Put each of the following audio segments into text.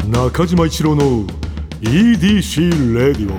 中島一郎の EDC レディオ。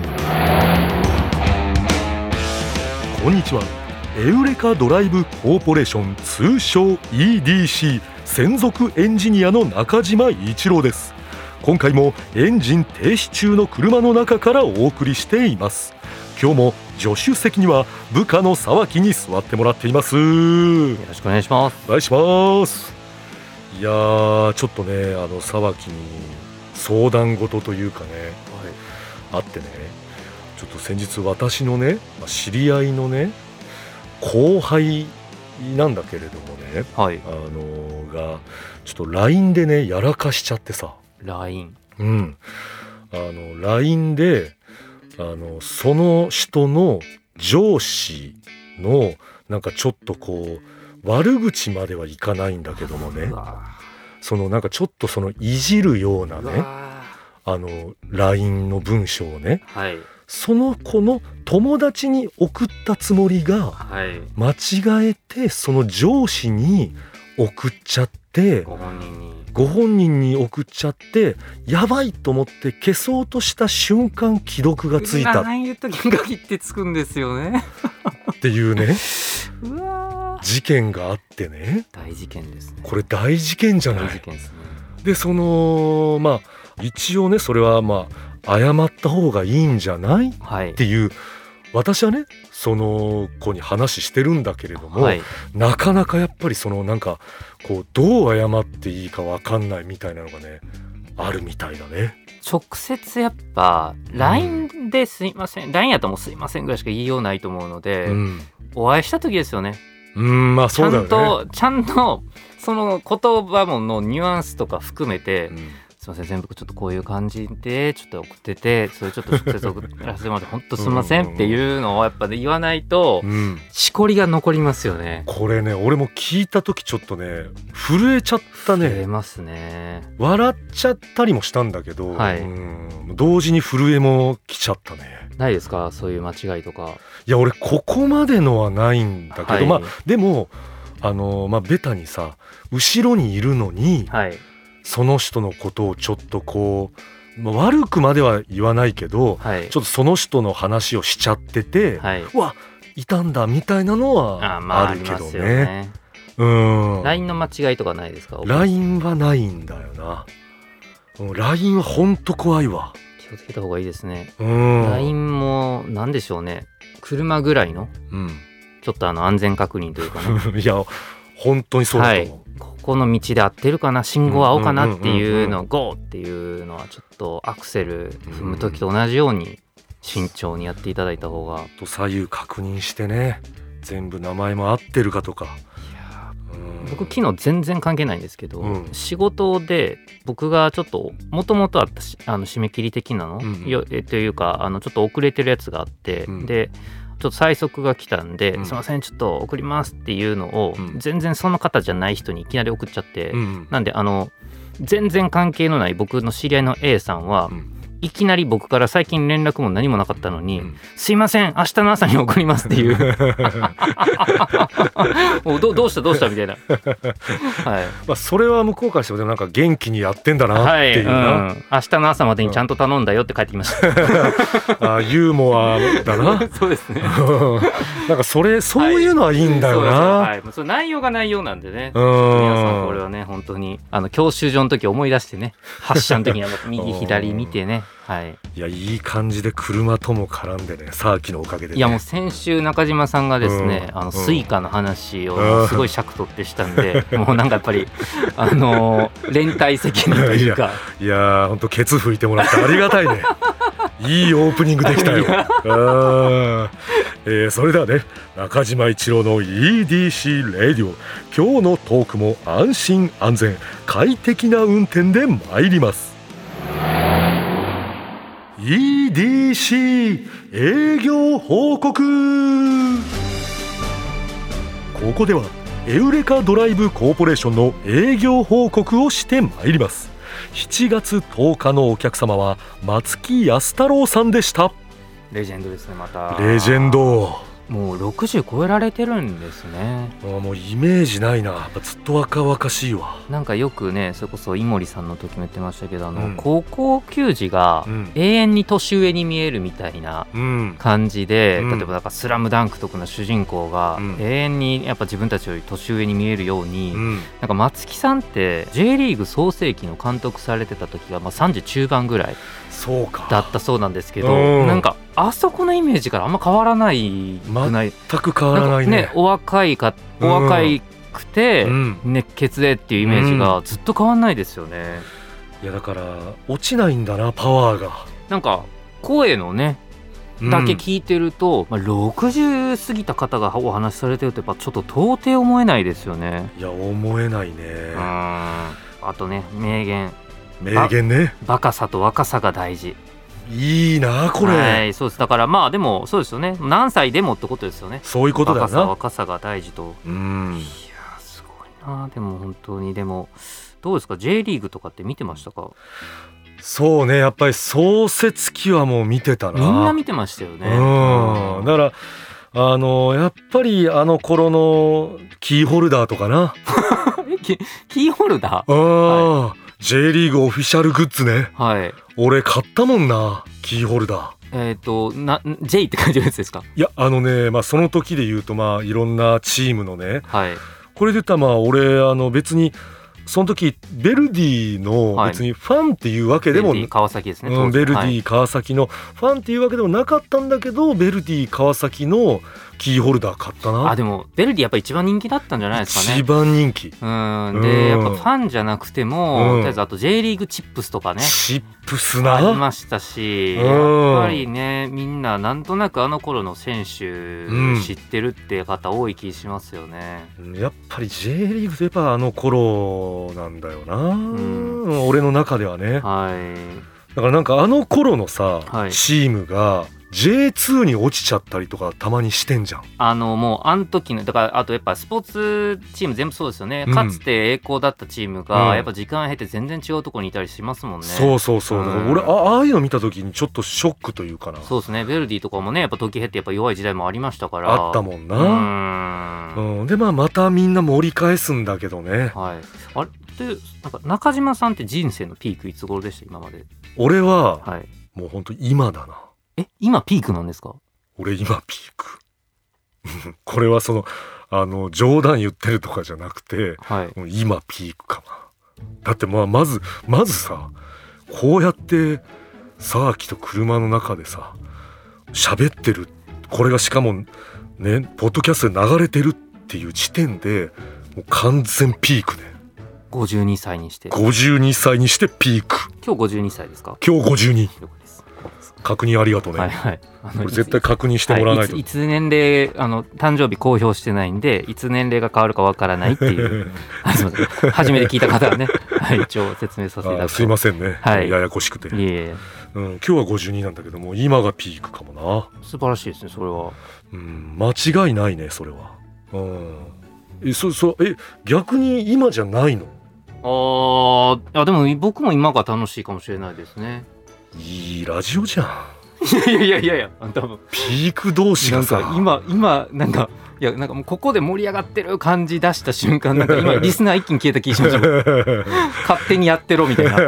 こんにちは。エウレカドライブコーポレーション、通称 EDC 専属エンジニアの中島一郎です。今回もエンジン停止中の車の中からお送りしています。今日も助手席には部下の沢木に座ってもらっています。よろしくお願いします。 お願いします。いやー、ちょっとね、沢木に相談事というかね、あってね、ちょっと先日私のね、知り合いのね、後輩なんだけれどもね、がちょっと LINE でねやらかしちゃってさ。 LINE、 LINE でその人の上司のなんかちょっとこう悪口まではいかないんだけどもね、そのなんかちょっとそのいじるようなね、LINE の文章をね、その子の友達に送ったつもりが、間違えてその上司に送っちゃって、ご本人に送っちゃって、やばいと思って消そうとした瞬間既読がついた。 ああいう時に限ってつくんですよねっていうねうわ事件があってね。 大事件ですね。 これ大事件じゃない。 大事件ですね。 でその一応ね、それは謝った方がいいんじゃない、っていう、私はねその子に話してるんだけれども、なかなかやっぱりそのなんかこうどう謝っていいか分かんないみたいなのがねあるみたいだね。 直接やっぱ LINE ですいません、LINE やともうすいませんぐらいしか言いようないと思うので、お会いした時ですよね。 そうだよね。 ちゃんとその言葉ものニュアンスとか含めて、すいません、全部ちょっとこういう感じでちょっと送ってて、それちょっと直接送らせてもらって本当すみませんっていうのをやっぱ言わないと、しこりが残りますよね。 これね、俺も聞いた時ちょっとね震えちゃったね。 震えますね。 笑っちゃったりもしたんだけど、同時に震えも来ちゃったね。 ないですか、そういう間違いとか。 いや俺ここまでのはないんだけど、でもベタにさ、後ろにいるのに、その人のことをちょっとこう、悪くまでは言わないけど、ちょっとその人の話をしちゃってて、うわいたんだみたいなのはあるけどね。 LINE の間違いとかないですか？ LINE はないんだよな。LINE はほんと怖いわ。 気をつけた方がいいですね。LINE もなんでしょうね、車ぐらいの、ちょっと安全確認というかねいや本当にそうだと思う。 ここの道で合ってるかな、信号青かなっていうのをゴーっていうのはちょっとアクセル踏む時と同じように慎重にやっていただいた方が。 左右確認してね、全部名前も合ってるかとか。 僕昨日全然関係ないんですけど、仕事で僕がちょっともともとあった締め切り的なの、というかちょっと遅れてるやつがあって、でちょっと催促が来たんで、すいませんちょっと送りますっていうのを、全然その方じゃない人にいきなり送っちゃって、なんで全然関係のない僕の知り合いの A さんは、いきなり僕から最近連絡も何もなかったのに、すいません明日の朝に送りますっていうもうどうしたみたいなそれは向こうからしてもなんか元気にやってんだなっていうな、 明日の朝までにちゃんと頼んだよって帰ってきましたユーモアだなそうですねなんかそういうのはいいんだよな。 それ内容が内容なんでね、皆さんこれはね本当に教習所の時思い出してね、発車の時には右左見てねいやいい感じで車とも絡んでね、サーキのおかげでね。 いやもう先週中島さんがですね、スイカの話をすごい尺取ってしたんで、もうなんかやっぱり連帯責任というかいや本当ケツ拭いてもらってありがたいねいいオープニングできたよそれではね、中島一郎の EDC レディオ、今日のトークも安心安全快適な運転で参ります。EDC 営業報告。ここではエウレカドライブコーポレーションの営業報告をしてまいります。7月10日のお客様は松木安太郎さんでした。 レジェンドですね。またレジェンド。 もう60超えられてるんですね。 もうイメージないな。やっぱずっと若々しいわ。 なんかよくね、それこそ井森さんの時も言ってましたけど、高校球児が永遠に年上に見えるみたいな感じで、例えばなんかスラムダンクとかの主人公が永遠にやっぱ自分たちより年上に見えるように、なんか松木さんって J リーグ創世期の監督されてた時が30中盤ぐらいだったそうなんですけど、なんかあそこのイメージからあんま変わらないくない？ 全く変わらないね。 お若いくて熱血でっていうイメージがずっと変わんないですよね。 いやだから落ちないんだな、パワーが。 なんか声のねだけ聞いてると、60過ぎた方がお話しされてるとやっぱちょっと到底思えないですよね。 いや思えないね。 あとね、名言ね。 バカさと若さが大事。 いいなこれ。 はい、そうです。だからでもそうですよね。何歳でもってことですよね。 そういうことだよな。 若さが大事と。いやすごいな。でも本当にどうですか J リーグとかって見てましたか？ そうね、やっぱり創設期はもう見てたな。 みんな見てましたよね。 だからやっぱりあの頃のキーホルダーとかな。 キーホルダー、 J リーグオフィシャルグッズね。俺買ったもんな、キーホルダー。J って書いてるやつですか？ いやその時で言うといろんなチームのね、これで言ったら俺別にその時ベルディの別にファンっていうわけでも、 ベルディ川崎ですね、 ベルディ川崎のファンっていうわけでもなかったんだけど、ベルディ川崎のキーホルダー買ったな。 でもベルディやっぱ一番人気だったんじゃないですかね。 一番人気でやっぱファンじゃなくても、とりあえずあと J リーグチップスとかね、 チップスなありましたし、やっぱりねみんななんとなくあの頃の選手知ってるって方多い気しますよね。 やっぱり J リーグといえばあの頃なんだよな、俺の中ではね。だからなんかあの頃のさ、チームがJ2 に落ちちゃったりとかたまにしてんじゃん。 もうあの時のだからあとやっぱスポーツチーム全部そうですよね。かつて栄光だったチームがやっぱ時間経って全然違うところにいたりしますもんね。 そうだから俺ああいうの見た時にちょっとショックというかな。 そうですね。ベルディとかもねやっぱ時経ってやっぱ弱い時代もありましたから。 あったもんな。でまたみんな盛り返すんだけどね。 あれってなんか中島さんって人生のピークいつ頃でした今まで？ 俺は、もう本当今だな。 今ピークなんですか？ 俺今ピーク。これは冗談言ってるとかじゃなくて、もう今ピークかな。だってまずさ、こうやってサーキと車の中でさ喋ってる、これがしかもねポッドキャストで流れてるっていう時点でもう完全ピークね。 52歳にしてピーク。 今日52歳ですか？ 今日52。確認ありがとうね。これ絶対確認してもらわないと。 いつ年齢誕生日公表してないんでいつ年齢が変わるかわからないっていうすいません、初めて聞いた方はね、一応説明させていただくと。 すいませんね、ややこしくて。今日は52なんだけども今がピークかもな。 素晴らしいですねそれは。 間違いないねそれは。逆に今じゃないの？ でも僕も今が楽しいかもしれないですね。 いいラジオじゃん。 いや多分ピーク同士がさ今なんかもうここで盛り上がってる感じ出した瞬間なんか今リスナー一気に消えた気がしました勝手にやってろみたいな。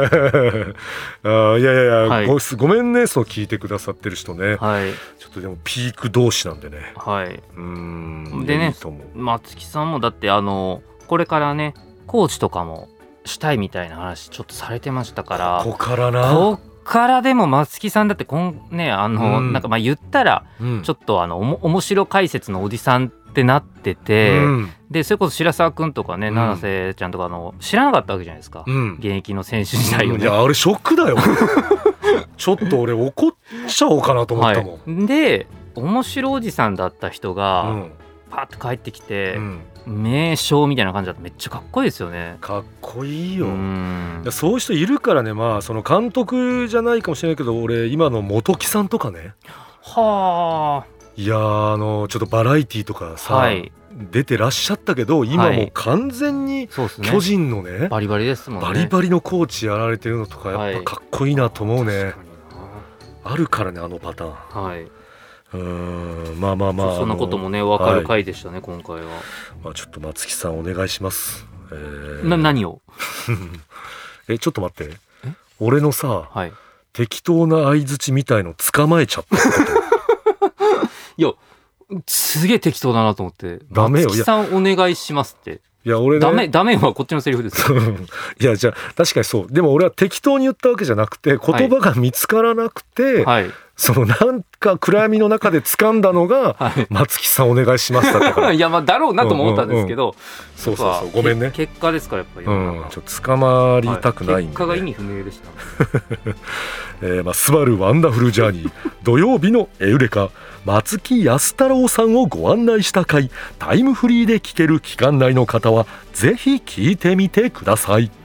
ごめんねそう聞いてくださってる人ね。ちょっとでもピーク同士なんでね。でね、松木さんもだってこれからねコーチとかもしたいみたいな話ちょっとされてましたから。 ここからでも松木さんだってなんか言ったらちょっと面白解説のおじさんってなってて、でそれこそ白沢くんとかね七瀬ちゃんとか知らなかったわけじゃないですか、現役の選手時代をね。 いやあれショックだよちょっと俺怒っちゃおうかなと思ったもん。 で面白おじさんだった人がパッと帰ってきて、名将みたいな感じだとめっちゃかっこいいですよね。 かっこいいよ。そういう人いるからね。その監督じゃないかもしれないけど俺今の本木さんとかね。いやちょっとバラエティとかさ、出てらっしゃったけど今もう完全に巨人のね、 バリバリですもんね。 バリバリのコーチやられてるのとかやっぱかっこいいなと思うね。あるからねあのパターン。 まあまあまあそんなこともね分かる回でしたね、今回は。 まあ、ちょっと松木さんお願いします。 何をちょっと待って、俺のさ、 はい、 適当な相槌みたいの捕まえちゃったいやすげえ適当だなと思って。 ダメよ、 松木さんお願いしますって。 いや俺ね、 ダメはこっちのセリフですよいやじゃあ確かにそう。でも俺は適当に言ったわけじゃなくて、言葉が見つからなくて、 はい、 そのなんか暗闇の中で掴んだのが、はい、松木さんお願いしますだったからいやまあだろうなとも思ったんですけど、 そうそうそう、ごめんね。 結果ですからやっぱり、 ちょっと捕まりたくないんで、ね、 結果が意味不明でしたスバルワンダフルジャーニー土曜日のエウレカ、松木安太郎さんをご案内した回、タイムフリーで聞ける期間内の方はぜひ聞いてみてください。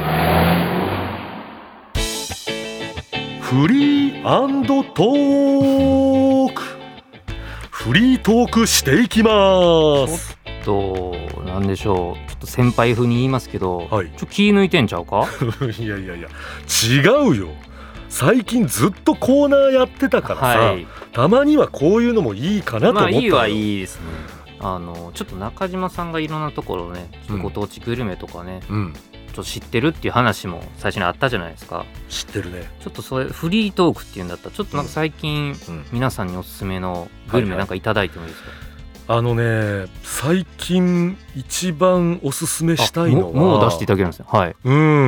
フリー&トーク、フリートークしていきます。 ちょっとなんでしょう、ちょっと先輩風に言いますけど、 はい、 気抜いてんちゃうかいやいやいや違うよ。最近ずっとコーナーやってたからさ、はい、たまにはこういうのもいいかなと思ったの。 まあいいはいいですね。ちょっと中島さんがいろんなところね、ちょっとご当地グルメとかね、ちょっと知ってるっていう話も最初にあったじゃないですか。 知ってるね。 ちょっとそれフリートークっていうんだったら、ちょっとなんか最近、皆さんにおすすめのグルメなんかいただいてもいいですか？ 最近一番おすすめしたいのはもう出していただけるんですよ。はい。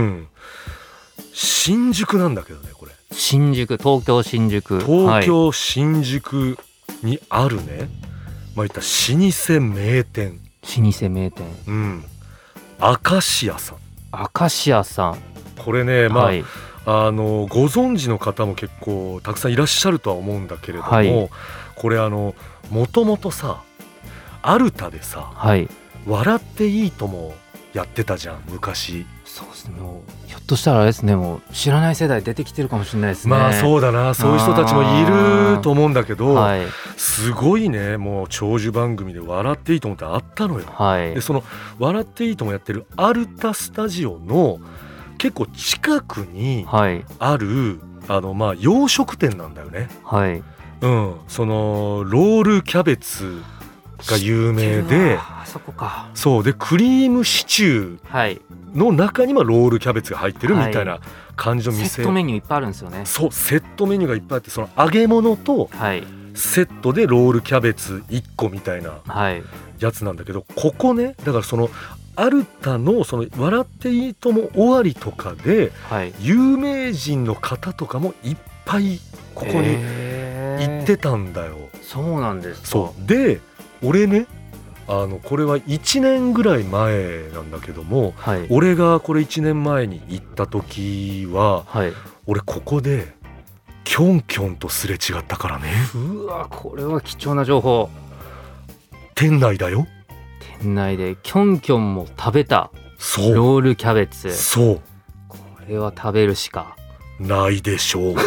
新宿なんだけどね、これ。 新宿、東京新宿。 東京新宿にあるね、まあ、いった老舗名店。 老舗名店。 明石家さん。 明石家さん。 これね、まあ、はい、ご存知の方も結構たくさんいらっしゃるとは思うんだけれども、はい、これもともとさ、アルタでさ、はい、笑っていいともやってたじゃん昔。 そうですね、もうひょっとしたらあれですね、もう知らない世代出てきてるかもしれないですね。 まあそうだな、そういう人たちもいると思うんだけど、はい、すごいね、もう長寿番組で笑っていいともってあったのよ、はい、でその笑っていいともやってるアルタスタジオの結構近くにある、まあ洋食店なんだよね、はい、そのロールキャベツが有名で、 そこか。 そうで、クリームシチューの中にロールキャベツが入ってるみたいな感じの店、 セットメニューいっぱいあるんですよね。 そう、セットメニューがいっぱいあって、その揚げ物とセットでロールキャベツ1個みたいなやつなんだけど、ここね、だからそのアルタのその笑っていいとも終わりとかで、有名人の方とかもいっぱいここに行ってたんだよ。 そうなんですか。 そうで、俺ね、これは1年ぐらい前なんだけども、はい、俺がこれ1年前に行った時は、はい、俺ここでキョンキョンとすれ違ったからね。 うわ、これは貴重な情報。 店内だよ。 店内でキョンキョンも食べた。 そう、 ロールキャベツ。 そう、 これは食べるしかないでしょう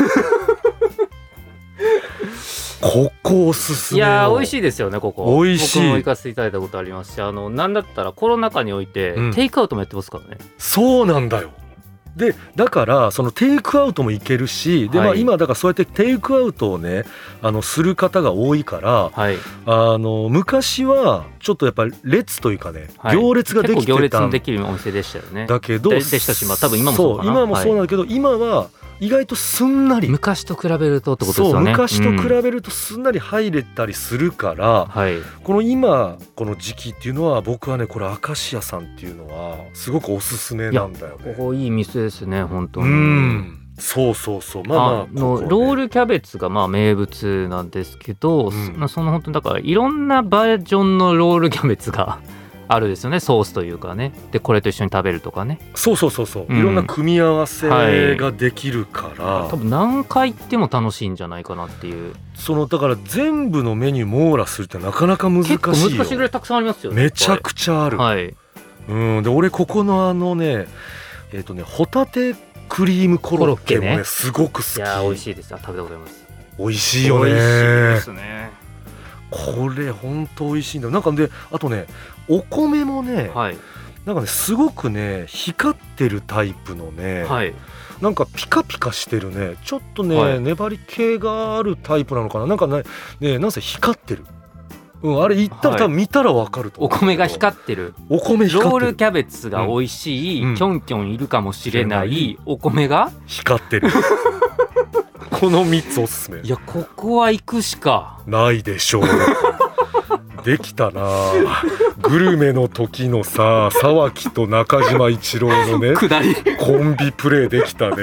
ここおすすめ。 いや美味しいですよね、ここ。 美味しい。 僕も行かせていただいたことありますし、なんだったらコロナ禍において、テイクアウトもやってますからね。 そうなんだよ。でだからそのテイクアウトも行けるし、で、まあ、今だからそうやってテイクアウトをねする方が多いから、はい、昔はちょっとやっぱり列というかね、行列ができてた。結構行列のできるお店でしたよね。 だけどでしたし、まあ、多分今もそうかな。 今もそうなんだけど、今は意外とすんなり、 昔と比べるとってことですよね。 そう、昔と比べるとすんなり入れたりするから、この今この時期っていうのは、僕はね、これ明石家さんっていうのはすごくおすすめなんだよね。 ここいい店ですね、本当に。 そうそうそう。まあまあ、 ロールキャベツがまあ名物なんですけど、その本当だからいろんなバージョンのロールキャベツがあるですよね。ソースというかね、でこれと一緒に食べるとかね。 そうそうそうそう、いろんな組み合わせができるから、 多分何回行っても楽しいんじゃないかなっていう。 だから全部のメニュー網羅するってなかなか難しいよ。 結構難しいぐらいたくさんありますよね。 めちゃくちゃある。で俺ここのホタテクリームコロッケもね、すごく好き。 いや美味しいです。食べたことあります。 美味しいよね。 美味しいですね。 これ本当美味しいんだよ。なんかで、あとね、お米もね、なんかね、すごくね光ってるタイプのね、 なんかピカピカしてるね、ちょっとね、 はい粘り気があるタイプなのかな、なんかね、なんせ光ってる、あれ言ったら多分見たらわかるとお思う、 米が光ってる、 お米光ってる、 ロールキャベツが美味しい、 うんキョンキョンいるかもしれないお米が光ってるこの3つおすすめ。 いやここは行くしかないでしょうできたな、グルメの時のさ、沢木と中島一郎のね下りコンビプレイできたね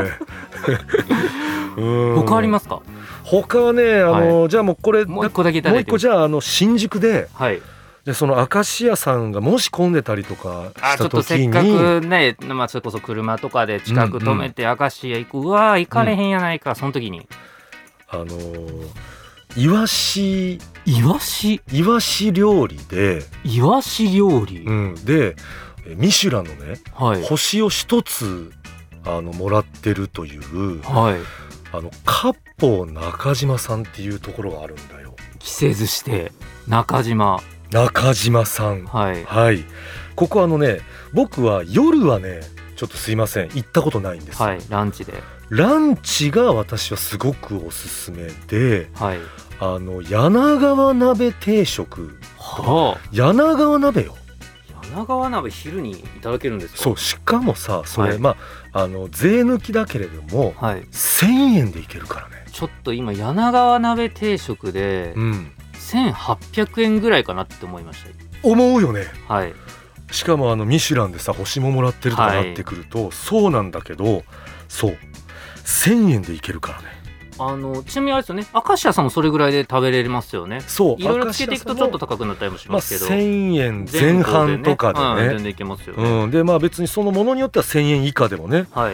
他ありますか？ 他はね、じゃあもうこれもう一個だけいただいてもう一個、じゃあ新宿で、 はい、 でその明石家さんがもし混んでたりとかしちょっとた時に、 せっかくね、それこそ車とかで近く止めて明石家行く、うわー行かれへんやないか、その時にイワシイワシ料理で、でミシュランのね、 はい星を一つもらってるという、 はい、 割烹中島さんっていうところがあるんだよ。 季節して中島さん、 はいはい、ここ僕は夜はねちょっとすいません行ったことないんです、 はい、ランチで、 ランチが私はすごくおすすめで、 はい、 柳川鍋定食、 はあ、 柳川鍋よ。 柳川鍋昼にいただけるんですか？ そう、しかもさそれ、 はい、 税抜きだけれども、 はい、 1000円でいけるからね。 ちょっと今柳川鍋定食で、1800円ぐらいかなって思いました。 思うよね。 はい、 しかもミシュランでさ星ももらってるとかなってくると、そうなんだけど、そう1000円でいけるからね。 ちなみにあれですよね、明石家さんもそれぐらいで食べれますよね。 そう、 いろいろつけていくとちょっと高くなったりもしますけど、 1000円前半とかでね、 全然いけますよね。 で別にそのものによっては1000円以下でもね、 はい、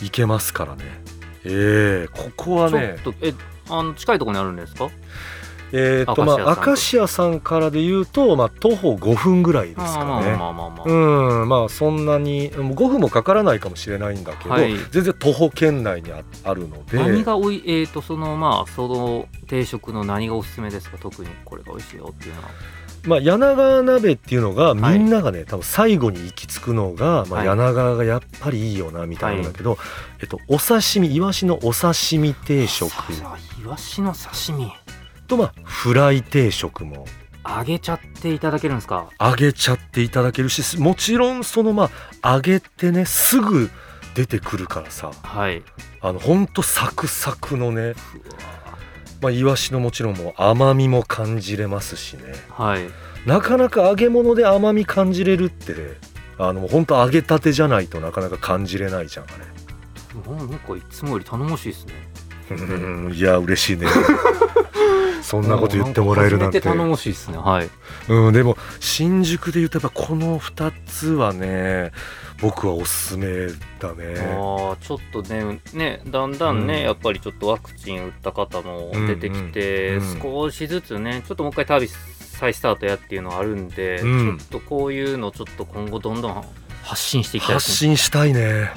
いけますからね。ここはねちょっと近いところにあるんですか？ 明石家さんからで言うと、徒歩5分ぐらいですかね。そんなに5分もかからないかもしれないんだけど、はい、全然徒歩圏内にあるので。 何がその定食の何がおすすめですか？特にこれが美味しいよっていうのは。 柳川鍋っていうのがみんながね、多分最後に行き着くのが、柳川がやっぱりいいよなみたいなんだけど、お刺身、イワシのお刺身定食、 イワシの刺身とフライ定食も揚げちゃっていただけるんですか？ 揚げちゃっていただけるし、もちろんその揚げてねすぐ出てくるからさ、 はい、 ほんとサクサクのね、イワシのもちろんもう甘みも感じれますしね、 はい、 なかなか揚げ物で甘み感じれるってね、ほんと揚げたてじゃないとなかなか感じれないじゃん、あれ。 なんかいつもより頼もしいですね。 いや嬉しいねそんなこと言ってもらえるなんて。 初めて頼もしいですね。はい。 でも新宿で言うとやっぱこの2つはね僕はおすすめだね。 ちょっとねだんだんね、やっぱりちょっとワクチン打った方も出てきて、少しずつねちょっともう一回旅再スタートやっていうのはあるんで、ちょっとこういうのちょっと今後どんどん発信していきたいですね。 発信したいね。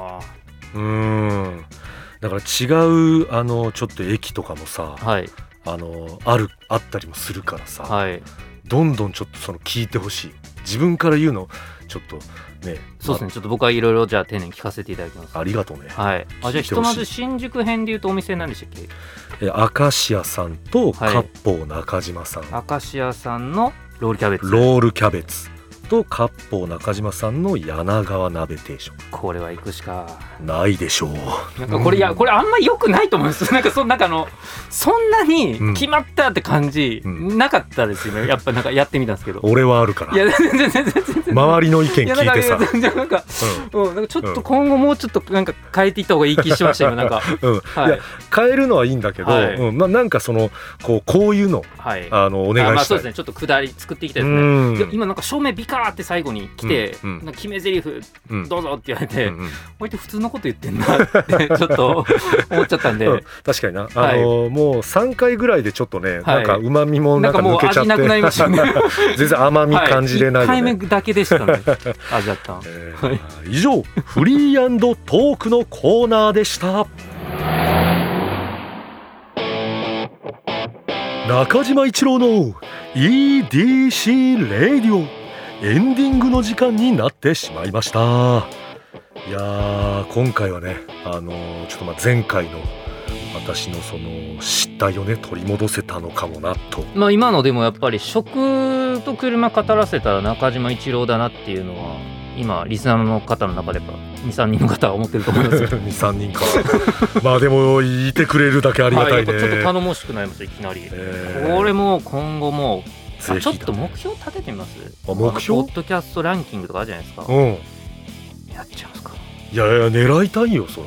だから違うちょっと駅とかもさ、 はい、 あったりもするからさ、 はい、 どんどんちょっとその聞いてほしい。自分から言うのちょっとね。 そうですね、ちょっと僕はいろいろじゃあ丁寧に聞かせていただきます。 ありがとうね。 はい。じゃあひとまず新宿編で言うとお店何でしたっけ？ 明石家さんと割烹中島さん、 明石家さんのロールキャベツと割烹中島さんの柳川鍋定食。 これは行くしかないでしょう。 なんかこれこれあんまり良くないと思うんです。なんかそんなに決まったって感じなかったですよね。やっぱなんかやってみたんですけど。 俺はあるから。 いや全然周りの意見聞いてさ。 なんかちょっと今後もうちょっとなんか変えていった方がいい気しましたよ。なんか。 いや変えるのはいいんだけど、なんかこういうのお願いしたい。 そうですね。ちょっと下り作っていきたいですね。今なんか照明ビカーって最後に来て、決め台詞どうぞって言われて、こうやって普通のこと言ってんなってちょっと思っちゃったんで、 確かにな。もう3回ぐらいでちょっとね、なんか旨味もなんか抜けちゃって、 なんかもう味なくなりましたね。 全然甘み感じれないよね。 1回目だけでしたね。味だった。 以上フリー&トークのコーナーでした。中島一郎の EDC レディオ、エンディングの時間になってしまいました。 いや今回はねちょっと前回の私のその失態をね取り戻せたのかもなと。 今のでもやっぱり食と車語らせたら中島一郎だなっていうのは今リスナーの方の中でやっぱ 2,3 人の方は思ってると思いますよ 2,3 人かでもいてくれるだけありがたいね、 ちょっと頼もしくなりましたいきなり、これも今後もちょっと目標立ててみます？ 目標？ ポッドキャストランキングとかあるじゃないですか、やっちゃうんですか？ いや狙いたいよそら。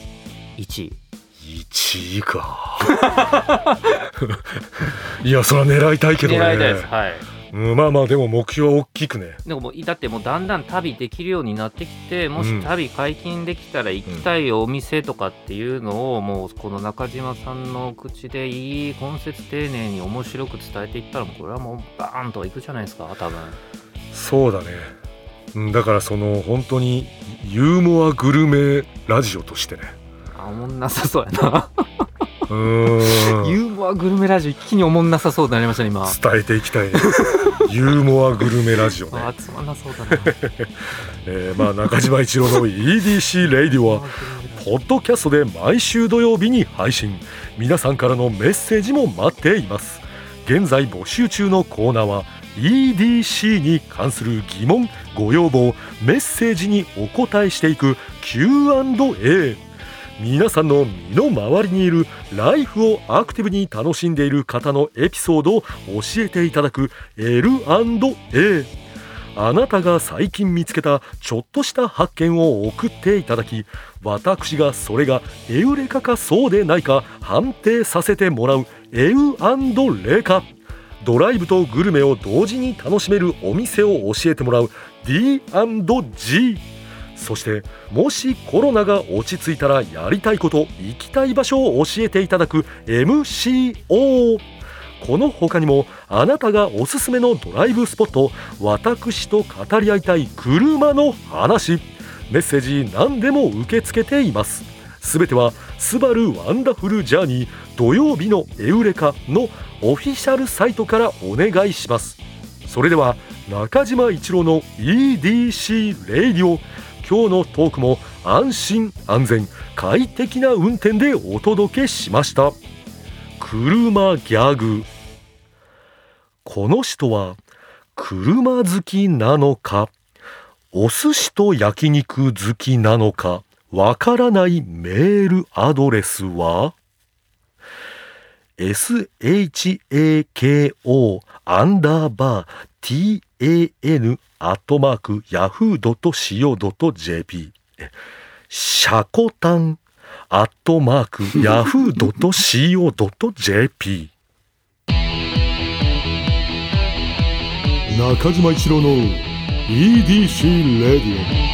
1 位かいやそら狙いたいけどね。 狙いたいです。はい。 でも目標大きくね。 でもだってもうだんだん旅できるようになってきて、もし旅解禁できたら行きたいお店とかっていうのをもうこの中島さんの口でいい根節丁寧に面白く伝えていったらこれはもうバーンといくじゃないですか多分。 そうだね。だからその本当にユーモアグルメラジオとしてね。 おもんなさそうやなユーモアグルメラジオ一気におもんなさそうになりましたね今。 伝えていきたいねユーモアグルメラジオね。 つまんなそうだな中島一郎の EDC レイディオはポッドキャストで毎週土曜日に配信。皆さんからのメッセージも待っています。現在募集中のコーナーは EDC に関する疑問ご要望メッセージにお答えしていく Q&A。皆さんの身の回りにいるライフをアクティブに楽しんでいる方のエピソードを教えていただく L&A。 あなたが最近見つけたちょっとした発見を送っていただき、私がそれがエウレカかそうでないか判定させてもらうエウ&レカ。ドライブとグルメを同時に楽しめるお店を教えてもらう D&G。そしてもしコロナが落ち着いたらやりたいこと行きたい場所を教えていただく MCO。 この他にもあなたがおすすめのドライブスポット、私と語り合いたい車の話、メッセージ何でも受け付けています。すべてはスバルワンダフルジャーニー土曜日のエウレカのオフィシャルサイトからお願いします。それでは中島一郎の EDC レイディオ、今日のトークも安心安全快適な運転でお届けしました。車ギャグ。この人は車好きなのかお寿司と焼肉好きなのかわからないメールアドレスは shako_tan@yahoo.co.jp シャコタン@yahoo.co.jp。 中島一郎の EDC レディオ。